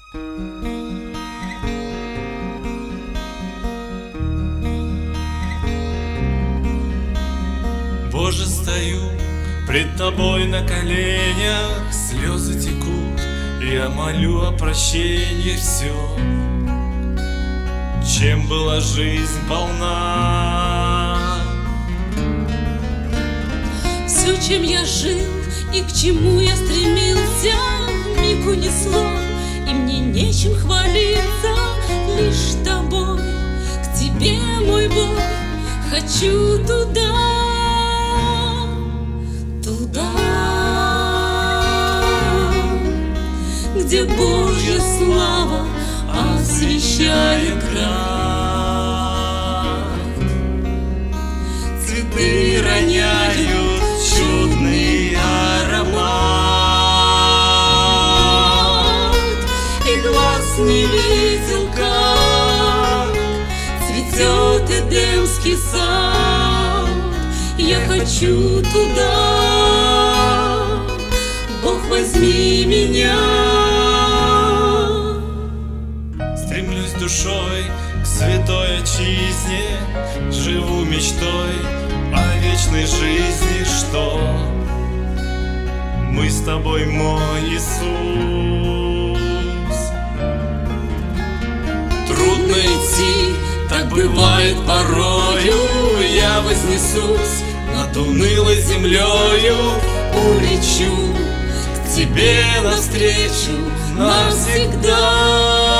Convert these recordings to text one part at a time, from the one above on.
Боже, стою пред Тобой на коленях, слезы текут, я молю о прощении все, чем была жизнь полна. Все, чем я жил и к чему я стремился, вмиг унесло, и мне нечем хвалиться, лишь Тобой. К Тебе, мой Бог, хочу туда, где Божья слава освещает град. Цветы роняют чудный аромат, и глаз не видел, как цветет Эдемский сад. Я хочу туда, Бог, возьми меня. Стремлюсь душой к святой отчизне, живу мечтой о вечной жизни, что мы с Тобой, мой Иисус. Трудно идти, так бывает порою, я вознесусь над унылой землею, улечу к Тебе навстречу навсегда.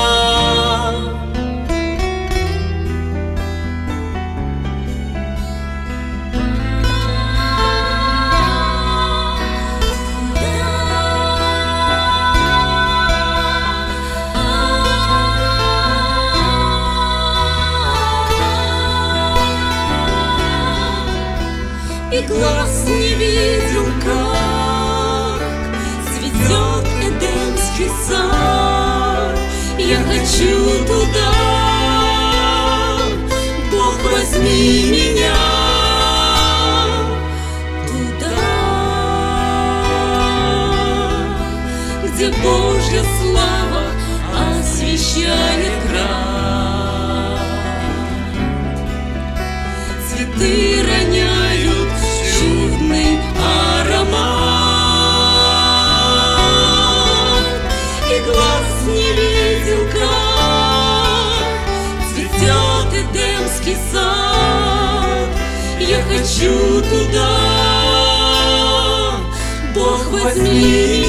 И глаз не видел, как цветет Эдемский сад. Я хочу туда, Бог, возьми меня туда, где Божья слава освещает град. Цветы роняют чудный аромат, и глаз не видел, как цветет Эдемский сад. Я хочу туда, Бог, возьми